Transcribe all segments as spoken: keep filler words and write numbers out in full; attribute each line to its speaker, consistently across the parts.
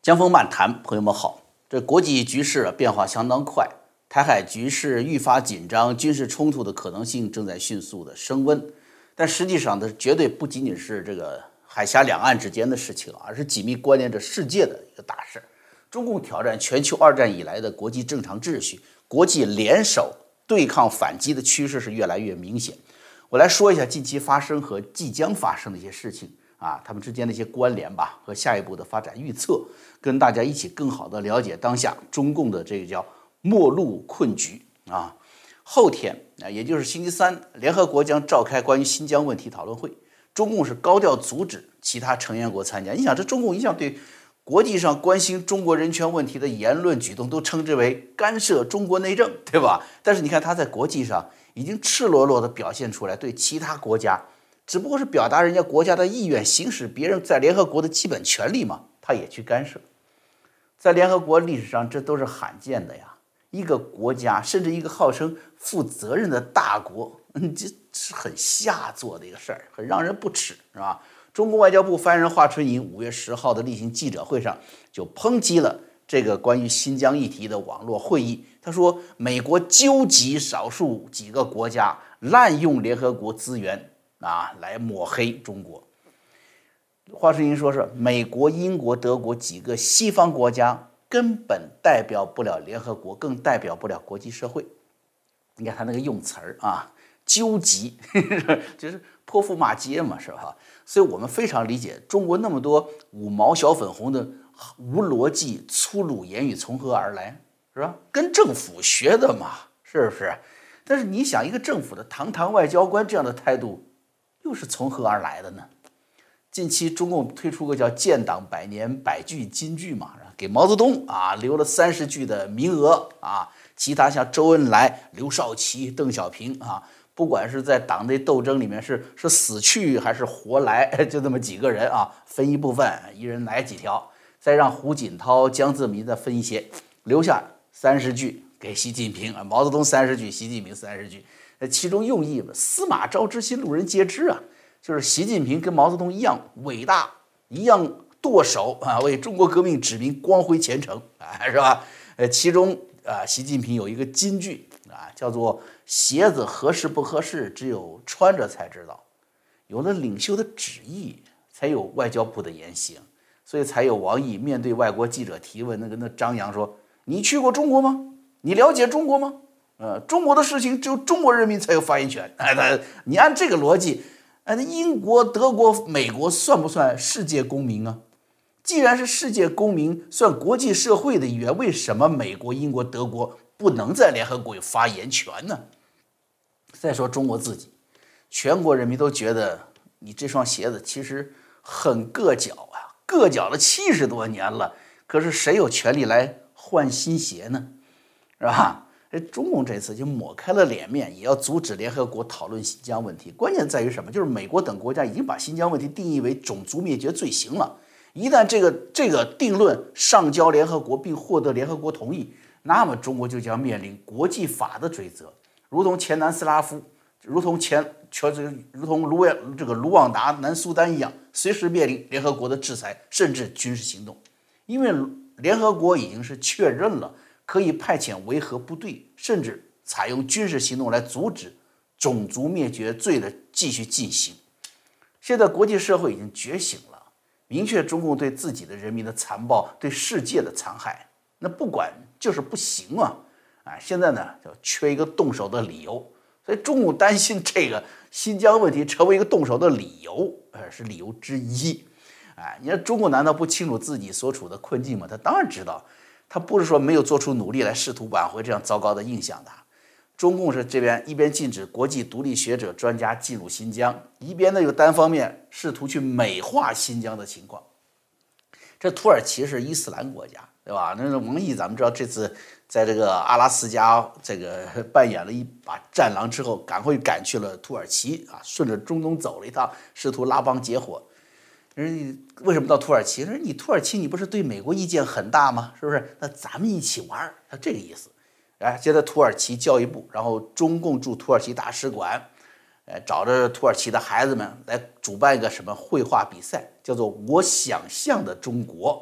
Speaker 1: 江峰漫谈，朋友们好。这国际局势变化相当快，台海局势愈发紧张，军事冲突的可能性正在迅速的升温。但实际上，这绝对不仅仅是这个海峡两岸之间的事情，而是紧密关联着世界的一个大事。中共挑战全球二战以来的国际正常秩序，国际联手对抗反击的趋势是越来越明显。我来说一下近期发生和即将发生的一些事情。啊，他们之间的一些关联吧，和下一步的发展预测，跟大家一起更好的了解当下中共的这个叫末路困局啊。后天啊，也就是星期三，联合国将召开关于新疆问题讨论会，中共是高调阻止其他成员国参加。你想，这中共一向对国际上关心中国人权问题的言论举动都称之为干涉中国内政，对吧？但是你看他在国际上已经赤裸裸地表现出来，对其他国家。只不过是表达人家国家的意愿，行使别人在联合国的基本权利嘛，他也去干涉。在联合国历史上，这都是罕见的呀。一个国家，甚至一个号称负责任的大国，嗯，这是很下作的一个事儿，很让人不齿，是吧？中国外交部发言人华春莹五月十号的例行记者会上就抨击了这个关于新疆议题的网络会议。他说，美国纠集少数几个国家滥用联合国资源。啊，来抹黑中国。华春莹说是美国、英国、德国几个西方国家根本代表不了联合国，更代表不了国际社会。你看他那个用词儿啊，纠集，就是泼妇骂街嘛，是吧？所以我们非常理解中国那么多五毛小粉红的无逻辑、粗鲁言语从何而来，是吧？跟政府学的嘛，是不是？但是你想，一个政府的堂堂外交官这样的态度。又是从何而来的呢？近期中共推出个叫建党百年百句金句嘛，给毛泽东啊留了三十句的名额啊，其他像周恩来、刘少奇、邓小平啊，不管是在党内斗争里面是是死去还是活来，就这么几个人啊，分一部分，一人来几条，再让胡锦涛、江泽民再分一些，留下三十句给习近平啊，毛泽东三十句，习近平三十句。其中用意司马昭之心，路人皆知啊，就是习近平跟毛泽东一样伟大，一样剁手啊，为中国革命指明光辉前程啊，是吧？呃，其中啊，习近平有一个金句啊，叫做“鞋子合适不合适，只有穿着才知道”。有了领袖的旨意，才有外交部的言行，所以才有王毅面对外国记者提问，那个那张扬说：“你去过中国吗？你了解中国吗？”呃，中国的事情只有中国人民才有发言权。哎，那你按这个逻辑，哎，那英国、德国、美国算不算世界公民啊？既然是世界公民，算国际社会的一员，为什么美国、英国、德国不能在联合国有发言权呢？再说中国自己，全国人民都觉得你这双鞋子其实很硌脚啊，硌脚了七十多年了，可是谁有权利来换新鞋呢？是吧？中共这次就抹开了脸面，也要阻止联合国讨论新疆问题。关键在于什么？就是美国等国家已经把新疆问题定义为种族灭绝罪行了。一旦这个这个定论上交联合国并获得联合国同意，那么中国就将面临国际法的追责，如同前南斯拉夫，如同前全这如同卢旺这个卢旺达、南苏丹一样，随时面临联合国的制裁，甚至军事行动。因为联合国已经是确认了。可以派遣维和部队，甚至采用军事行动来阻止种族灭绝罪的继续进行。现在国际社会已经觉醒了，明确中共对自己的人民的残暴，对世界的残害。那不管就是不行啊！啊，现在呢就缺一个动手的理由，所以中共担心这个新疆问题成为一个动手的理由，呃，是理由之一。哎，你说中国难道不清楚自己所处的困境吗？他当然知道。他不是说没有做出努力来试图挽回这样糟糕的印象的。中共是这边一边禁止国际独立学者专家进入新疆，一边呢又单方面试图去美化新疆的情况。这土耳其是伊斯兰国家，对吧？那王毅咱们知道这次在这个阿拉斯加这个扮演了一把战狼之后，赶快赶去了土耳其啊，顺着中东走了一趟，试图拉帮结伙。人为什么到土耳其？说你土耳其你不是对美国意见很大吗？是不是？那咱们一起玩，他这个意思。哎，现在土耳其教育部，然后中共驻土耳其大使馆，呃，找着土耳其的孩子们来主办一个什么绘画比赛，叫做“我想象的中国”。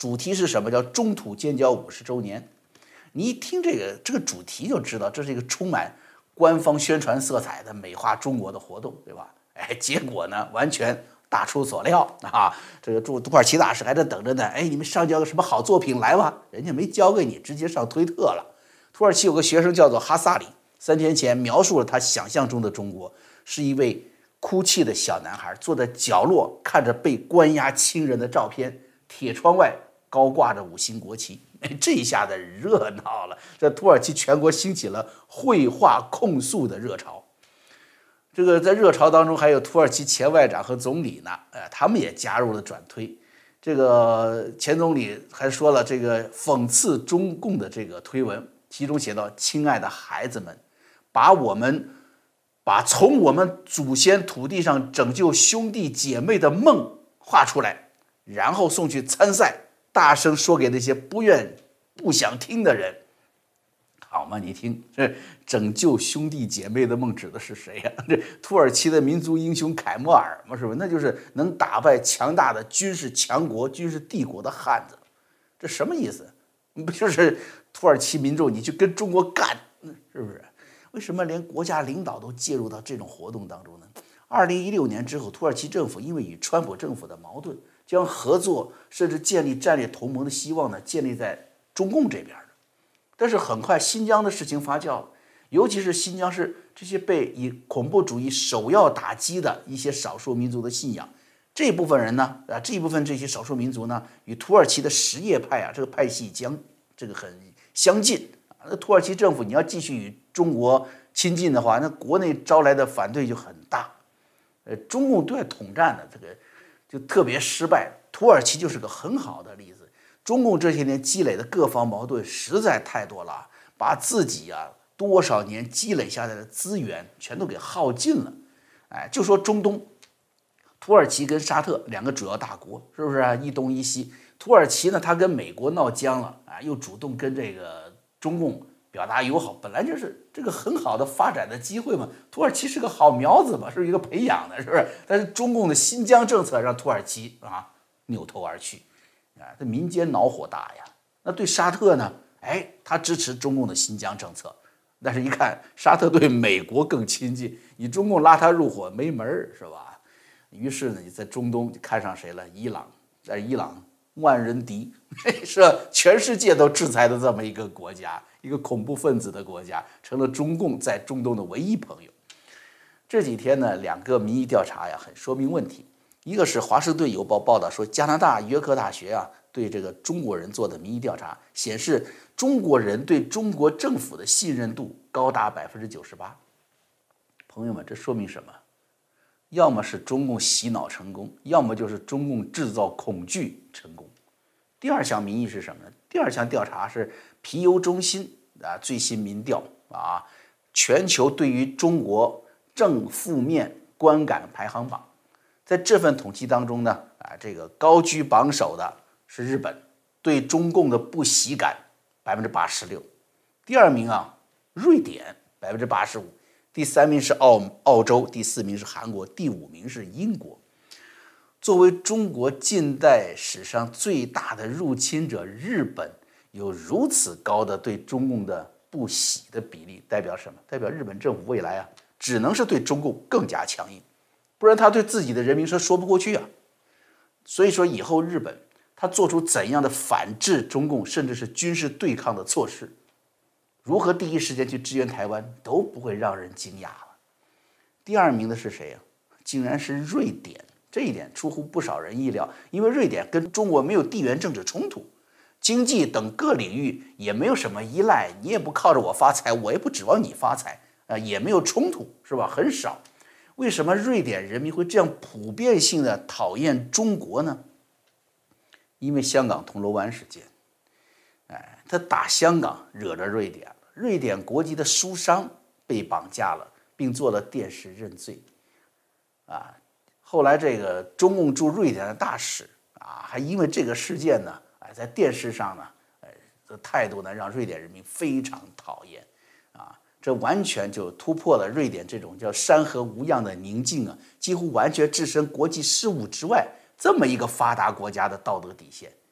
Speaker 1: 主题是什么？叫中土建交五十周年。你一听这个这个主题就知道，这是一个充满官方宣传色彩的美化中国的活动，对吧？哎，结果呢，完全大出所料啊！这个驻土耳其大使还在等着呢。哎，你们上交个什么好作品来吧？人家没交给你，直接上推特了。土耳其有个学生叫做哈萨里，三天前描述了他想象中的中国，是一位哭泣的小男孩，坐在角落看着被关押亲人的照片，铁窗外高挂着五星国旗。哎，这一下子热闹了，这土耳其全国兴起了绘画控诉的热潮。这个在热潮当中，还有土耳其前外长和总理呢，呃，他们也加入了转推。这个前总理还说了这个讽刺中共的这个推文，其中写道：“亲爱的孩子们，把我们把从我们祖先土地上拯救兄弟姐妹的梦画出来，然后送去参赛。”大声说给那些不愿、不想听的人，好吗？你听，这拯救兄弟姐妹的梦指的是谁呀？这土耳其的民族英雄凯末尔嘛，是吧？那就是能打败强大的军事强国、军事帝国的汉子。这什么意思？不就是土耳其民众你去跟中国干，是不是？为什么连国家领导都介入到这种活动当中呢？二零一六年之后，土耳其政府因为与川普政府的矛盾，将合作甚至建立战略同盟的希望呢，建立在中共这边的。但是很快，新疆的事情发酵了，尤其是新疆是这些被以恐怖主义首要打击的一些少数民族的信仰，这部分人呢，啊，这一部分这些少数民族呢，与土耳其的什叶派啊，这个派系将这个很相近。那土耳其政府你要继续与中国亲近的话，那国内招来的反对就很大。呃，中共对外统战的这个就特别失败，土耳其就是个很好的例子。中共这些年积累的各方矛盾实在太多了，把自己啊多少年积累下来的资源全都给耗尽了。哎，就说中东，土耳其跟沙特两个主要大国，是不是啊？一东一西。土耳其呢，他跟美国闹僵了啊，又主动跟这个中共表达友好，本来就是这个很好的发展的机会嘛。土耳其是个好苗子嘛，是一个培养的，是不是？但是中共的新疆政策让土耳其啊扭头而去，啊，这民间恼火大呀。那对沙特呢？哎，他支持中共的新疆政策，但是一看沙特对美国更亲近，你中共拉他入伙没门儿，是吧？于是呢，你在中东就看上谁了？伊朗，在伊朗万人敌，是全世界都制裁的这么一个国家。一个恐怖分子的国家，成了中共在中东的唯一朋友。这几天呢，两个民意调查呀，很说明问题。一个是《华盛顿邮报》报道说，加拿大约克大学啊对这个中国人做的民意调查显示，中国人对中国政府的信任度高达百分之九十八。朋友们，这说明什么？要么是中共洗脑成功，要么就是中共制造恐惧成功。第二项民意是什么呢？第二项调查是皮尤中心啊最新民调啊，全球对于中国正负面观感排行榜。在这份统计当中呢，啊，这个高居榜首的是日本，对中共的不喜感百分之八十六。第二名啊，瑞典百分之八十五，第三名是澳澳洲，第四名是韩国，第五名是英国。作为中国近代史上最大的入侵者，日本有如此高的对中共的不喜的比例，代表什么？代表日本政府未来啊，只能是对中共更加强硬，不然他对自己的人民是说不过去啊。所以说以后日本他做出怎样的反制中共，甚至是军事对抗的措施，如何第一时间去支援台湾，都不会让人惊讶了。第二名的是谁啊？竟然是瑞典。这一点出乎不少人意料，因为瑞典跟中国没有地缘政治冲突，经济等各领域也没有什么依赖，你也不靠着我发财，我也不指望你发财，呃，也没有冲突，是吧？很少。为什么瑞典人民会这样普遍性的讨厌中国呢？因为香港铜锣湾事件，哎，他打香港惹着瑞典了，瑞典国籍的书商被绑架了，并做了电视认罪，啊。后来，这个中共驻瑞典的大使啊，还因为这个事件呢，哎，在电视上呢，哎，这态度呢，让瑞典人民非常讨厌，啊，这完全就突破了瑞典这种叫山河无恙的宁静啊，几乎完全置身国际事务之外这么一个发达国家的道德底线。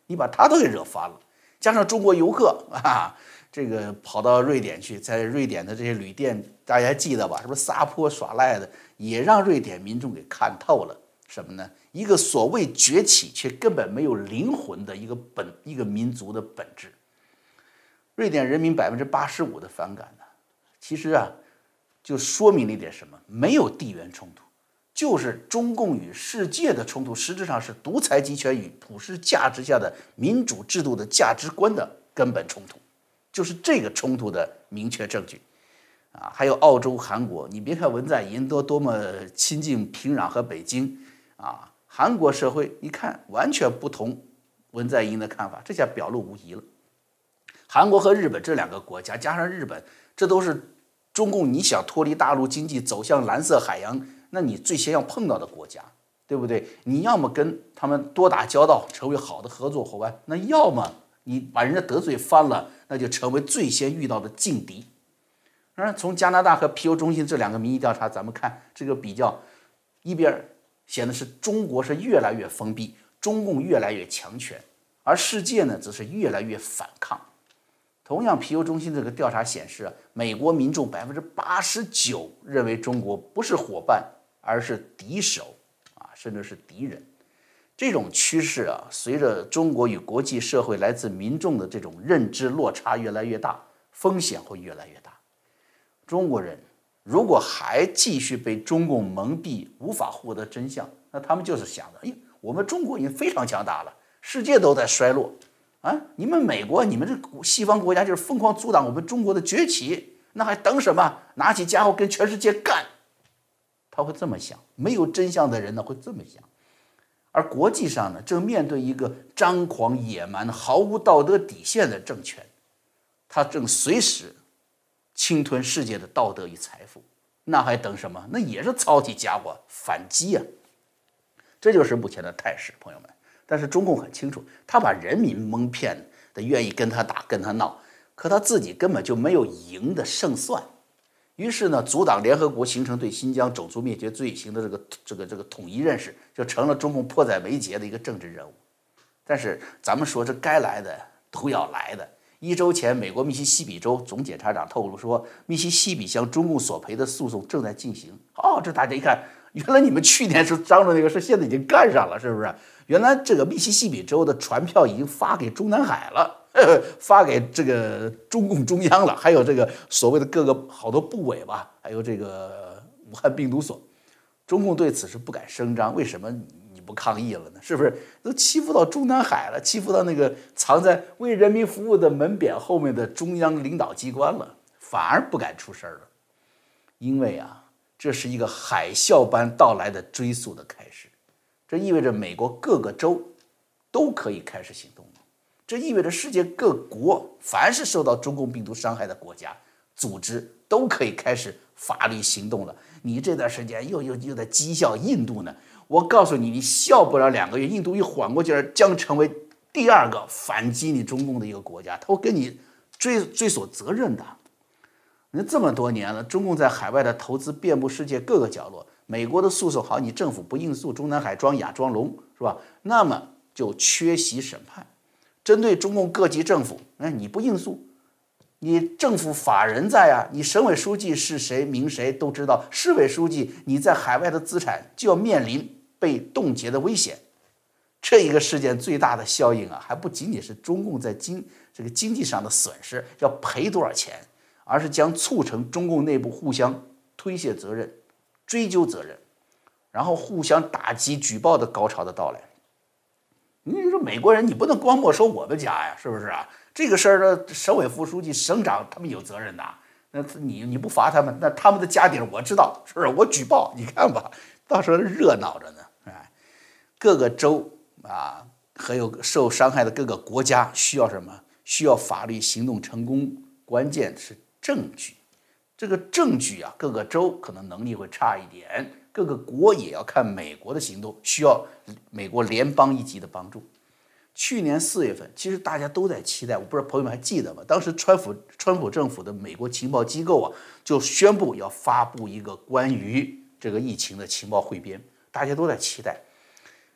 Speaker 1: 你把他都给惹翻了。加上中国游客啊，这个跑到瑞典去，在瑞典的这些旅店，大家还记得吧？是不是撒泼耍赖的，也让瑞典民众给看透了什么呢？一个所谓崛起却根本没有灵魂的一个本一个民族的本质。瑞典人民百分之八十五的反感呢，其实啊，就说明了一点什么？没有地缘冲突，就是中共与世界的冲突，实质上是独裁集权与普世价值下的民主制度的价值观的根本冲突，就是这个冲突的明确证据。啊，还有澳洲、韩国，你别看文在寅多多么亲近平壤和北京，啊，韩国社会一看完全不同文在寅的看法，这下表露无遗了。韩国和日本这两个国家，加上日本，这都是中共你想脱离大陆经济走向蓝色海洋，那你最先要碰到的国家，对不对？你要么跟他们多打交道，成为好的合作伙伴，那要么你把人家得罪翻了，那就成为最先遇到的劲敌。当然，从加拿大和皮尤中心这两个民意调查，咱们看这个比较，一边显得是中国是越来越封闭，中共越来越强权，而世界呢，则是越来越反抗。同样，皮尤中心这个调查显示啊，美国民众百分之八十九认为中国不是伙伴，而是敌手啊，甚至是敌人。这种趋势啊，随着中国与国际社会来自民众的这种认知落差越来越大，风险会越来越大。中国人如果还继续被中共蒙蔽，无法获得真相，那他们就是想着，哎，我们中国已经非常强大了，世界都在衰落。啊！你们美国，你们这西方国家就是疯狂阻挡我们中国的崛起，那还等什么？拿起家伙跟全世界干！他会这么想，没有真相的人呢会这么想。而国际上呢，正面对一个张狂野蛮、毫无道德底线的政权，他正随时侵吞世界的道德与财富，那还等什么？那也是操起家伙反击啊！这就是目前的态势，朋友们。但是中共很清楚，他把人民蒙骗的，愿意跟他打跟他闹，可他自己根本就没有赢的胜算。于是呢，阻挡联合国形成对新疆种族灭绝罪行的这个这个这个统一认识，就成了中共迫在眉睫的一个政治任务。但是咱们说，这该来的都要来的。一周前，美国密西西比州总检察长透露说，密西西比向中共索赔的诉讼正在进行。哦，这大家一看，原来你们去年是张罗那个事，现在已经干上了，是不是？原来这个密西西比州的传票已经发给中南海了，呵呵发给这个中共中央了，还有这个所谓的各个好多部委吧，还有这个武汉病毒所。中共对此是不敢声张，为什么你不抗议了呢？是不是都欺负到中南海了，欺负到那个藏在为人民服务的门匾后面的中央领导机关了，反而不敢出声了？因为啊，这是一个海啸般到来的追溯的开始。这意味着美国各个州都可以开始行动了，这意味着世界各国，凡是受到中共病毒伤害的国家、组织，都可以开始法律行动了。你这段时间又又又在讥笑印度呢，我告诉你，你笑不了两个月，印度一缓过劲儿，将成为第二个反击你中共的一个国家，他会跟你追追索责任的。那这么多年了，中共在海外的投资遍布世界各个角落。美国的诉讼好，你政府不应诉，中南海装哑装聋是吧？那么就缺席审判。针对中共各级政府，哎，你不应诉，你政府法人在啊，你省委书记是谁名谁都知道，市委书记你在海外的资产就要面临被冻结的危险。这一个事件最大的效应啊，还不仅仅是中共在经这个经济上的损失要赔多少钱，而是将促成中共内部互相推卸责任。追究责任，然后互相打击举报的高潮的到来。你说美国人，你不能光没收我们家呀，是不是啊？这个事儿呢，省委副书记、省长他们有责任的。那你你不罚他们，那他们的家底我知道，是不是？我举报，你看吧，到时候热闹着呢。哎，各个州啊，还有受伤害的各个国家需要什么？需要法律行动成功，关键是证据。这个证据啊，各个州可能能力会差一点，各个国也要看美国的行动，需要美国联邦一级的帮助。去年四月份，其实大家都在期待，我不知道朋友们还记得吗？当时川普川普政府的美国情报机构啊，就宣布要发布一个关于这个疫情的情报汇编，大家都在期待。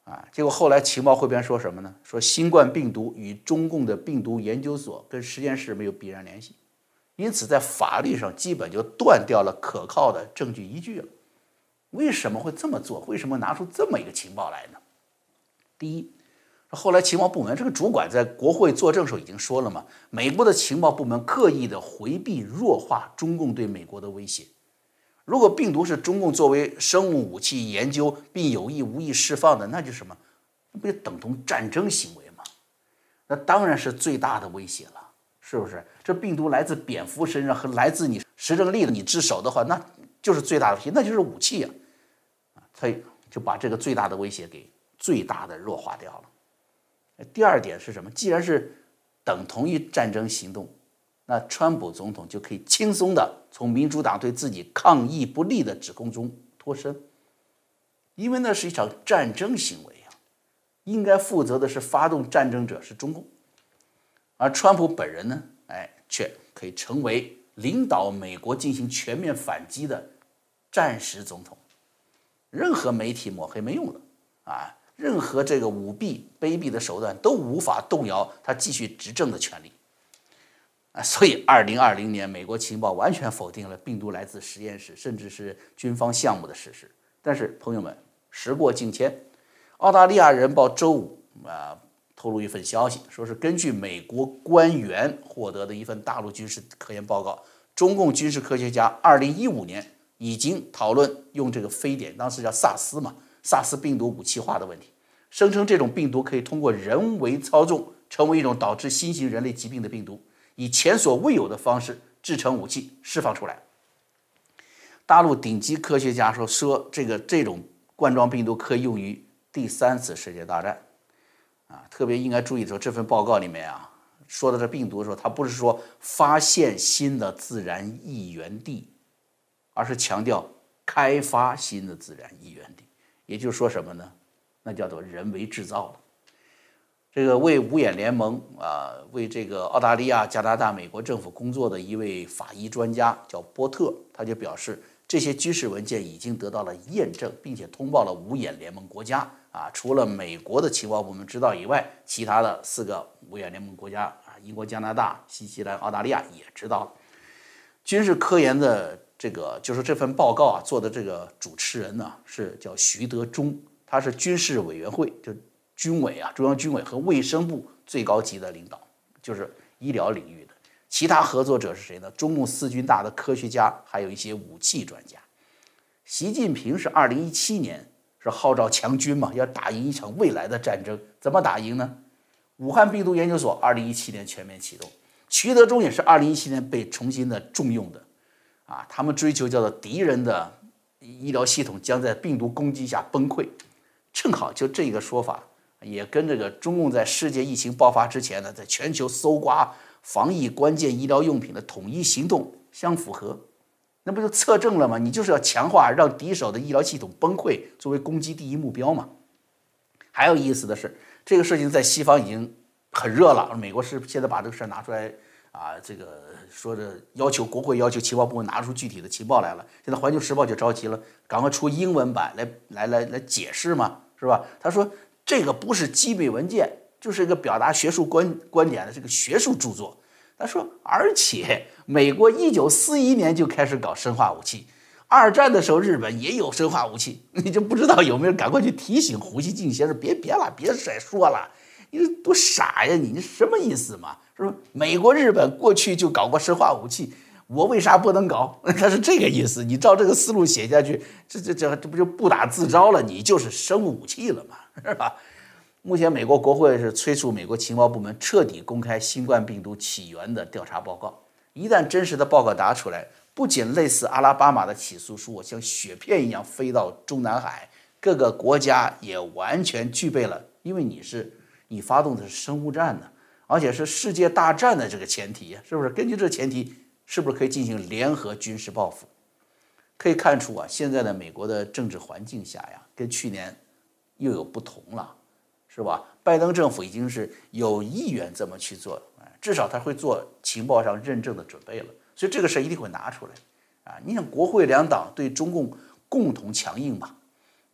Speaker 1: 啊，结果后来情报汇编说什么呢？说新冠病毒与中共的病毒研究所跟实验室没有必然联系，因此在法律上基本就断掉了可靠的证据依据了。为什么会这么做？为什么拿出这么一个情报来呢？第一，后来情报部门这个主管在国会作证时候已经说了嘛，美国的情报部门刻意的回避弱化中共对美国的威胁。如果病毒是中共作为生物武器研究并有意无意释放的，那就什么？那不就等同战争行为吗？那当然是最大的威胁了，是不是？这病毒来自蝙蝠身上和来自你石正丽的你之手的话，那就是最大的威胁，那就是武器啊！啊，所以就把这个最大的威胁给最大的弱化掉了。第二点是什么？既然是等同于战争行动，那川普总统就可以轻松的从民主党对自己抗疫不利的指控中脱身，因为那是一场战争行为啊，应该负责的是发动战争者是中共，而川普本人呢，哎，却可以成为领导美国进行全面反击的战时总统，任何媒体抹黑没用了啊，任何这个舞弊卑鄙的手段都无法动摇他继续执政的权利。啊，所以二零二零年，美国情报完全否定了病毒来自实验室，甚至是军方项目的事实。但是，朋友们，时过境迁，澳大利亚人报周五啊透露一份消息，说是根据美国官员获得的一份大陆军事科研报告，中共军事科学家二零一五年已经讨论用这个非典，当时叫萨斯嘛，萨斯病毒武器化的问题，声称这种病毒可以通过人为操纵，成为一种导致新型人类疾病的病毒。以前所未有的方式制成武器释放出来。大陆顶级科学家说说这个这种冠状病毒可以用于第三次世界大战，啊，特别应该注意说这份报告里面啊说的这病毒的时候，它不是说发现新的自然疫源地，而是强调开发新的自然疫源地，也就是说什么呢？那叫做人为制造了。这个为五眼联盟啊、呃，为这个澳大利亚、加拿大、美国政府工作的一位法医专家叫波特，他就表示，这些军事文件已经得到了验证，并且通报了五眼联盟国家啊，除了美国的情报部门知道以外，其他的四个五眼联盟国家啊，英国、加拿大、新西兰、澳大利亚也知道了。军事科研的这个就是这份报告啊做的这个主持人呢是叫徐德忠，他是军事委员会就。军委啊，中央军委和卫生部最高级的领导，就是医疗领域的。其他合作者是谁呢？中共四军大的科学家，还有一些武器专家。习近平是二零一七年是号召强军嘛，要打赢一场未来的战争。怎么打赢呢？武汉病毒研究所二零一七年全面启动，徐德忠也是二零一七年被重新的重用的。啊，他们追求叫做敌人的医疗系统将在病毒攻击下崩溃，正好就这个说法。也跟这个中共在世界疫情爆发之前呢，在全球搜刮防疫关键医疗用品的统一行动相符合，那不就测证了吗？你就是要强化让敌手的医疗系统崩溃作为攻击第一目标嘛。还有意思的是，这个事情在西方已经很热了，美国是现在把这个事拿出来啊，这个说着要求国会要求情报部门拿出具体的情报来了。现在《环球时报》就着急了，赶快出英文版来来来来解释嘛，是吧？他说。这个不是机密文件，就是一个表达学术观观点的这个学术著作。他说，而且美国一九四一年就开始搞生化武器，二战的时候日本也有生化武器，你就不知道有没有赶快去提醒胡锡进先生，别别了，别再说了，你这多傻呀你，你什么意思嘛？是吧？美国、日本过去就搞过生化武器，我为啥不能搞？他是这个意思，你照这个思路写下去，这这这这不就不打自招了？你就是生物武器了嘛，是吧？目前，美国国会是催促美国情报部门彻底公开新冠病毒起源的调查报告。一旦真实的报告答出来，不仅类似阿拉巴马的起诉书像雪片一样飞到中南海，各个国家也完全具备了，因为你是你发动的是生物战呢，而且是世界大战的这个前提，是不是？根据这个前提，是不是可以进行联合军事报复？可以看出啊，现在的美国的政治环境下呀，跟去年又有不同了。是吧？拜登政府已经是有意愿这么去做，至少他会做情报上认证的准备了，所以这个事一定会拿出来啊！你想，国会两党对中共共同强硬吧？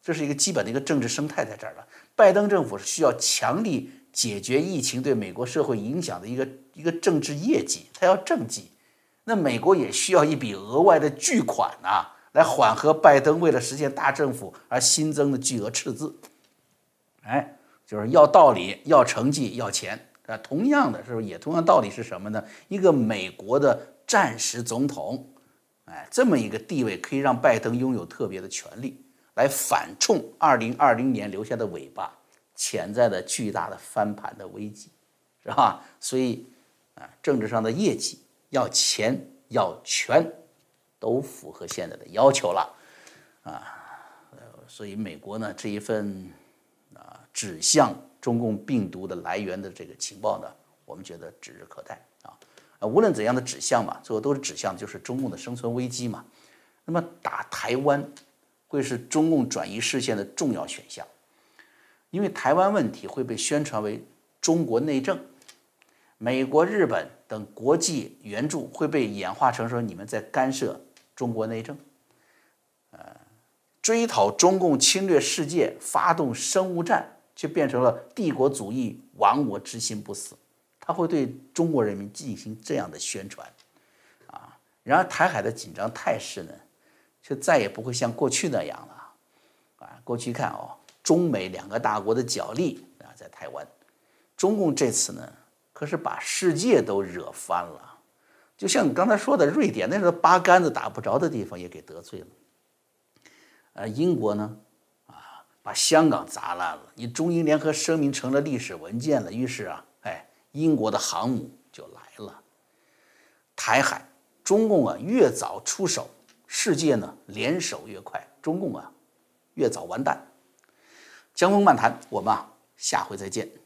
Speaker 1: 这是一个基本的一个政治生态在这儿了。拜登政府是需要强力解决疫情对美国社会影响的一个一个政治业绩，他要政绩。那美国也需要一笔额外的巨款啊，来缓和拜登为了实现大政府而新增的巨额赤字。哎，就是要道理，要成绩，要钱啊。同样的，是不是也同样道理是什么呢？一个美国的战时总统，哎，这么一个地位可以让拜登拥有特别的权利，来反冲二零二零年留下的尾巴，潜在的巨大的翻盘的危机，是吧？所以啊，政治上的业绩要钱要权，都符合现在的要求了啊。所以美国呢这一份啊指向中共病毒的来源的这个情报呢，我们觉得指日可待啊。啊，无论怎样的指向嘛，最后都是指向就是中共的生存危机嘛。那么打台湾会是中共转移视线的重要选项，因为台湾问题会被宣传为中国内政，美国、日本等国际援助会被演化成说你们在干涉中国内政，呃，追讨中共侵略世界、发动生物战，却变成了帝国主义亡我之心不死。他会对中国人民进行这样的宣传，啊，然而台海的紧张态势呢，就再也不会像过去那样了，啊，过去看哦，中美两个大国的角力啊，在台湾，中共这次呢，可是把世界都惹翻了，就像你刚才说的，瑞典那时候八竿子打不着的地方也给得罪了，呃，英国呢，啊，把香港砸烂了，你中英联合声明成了历史文件了，于是啊，哎。英国的航母就来了，台海，中共啊越早出手，世界呢联手越快，中共啊越早完蛋。江峰漫谈，我们啊下回再见。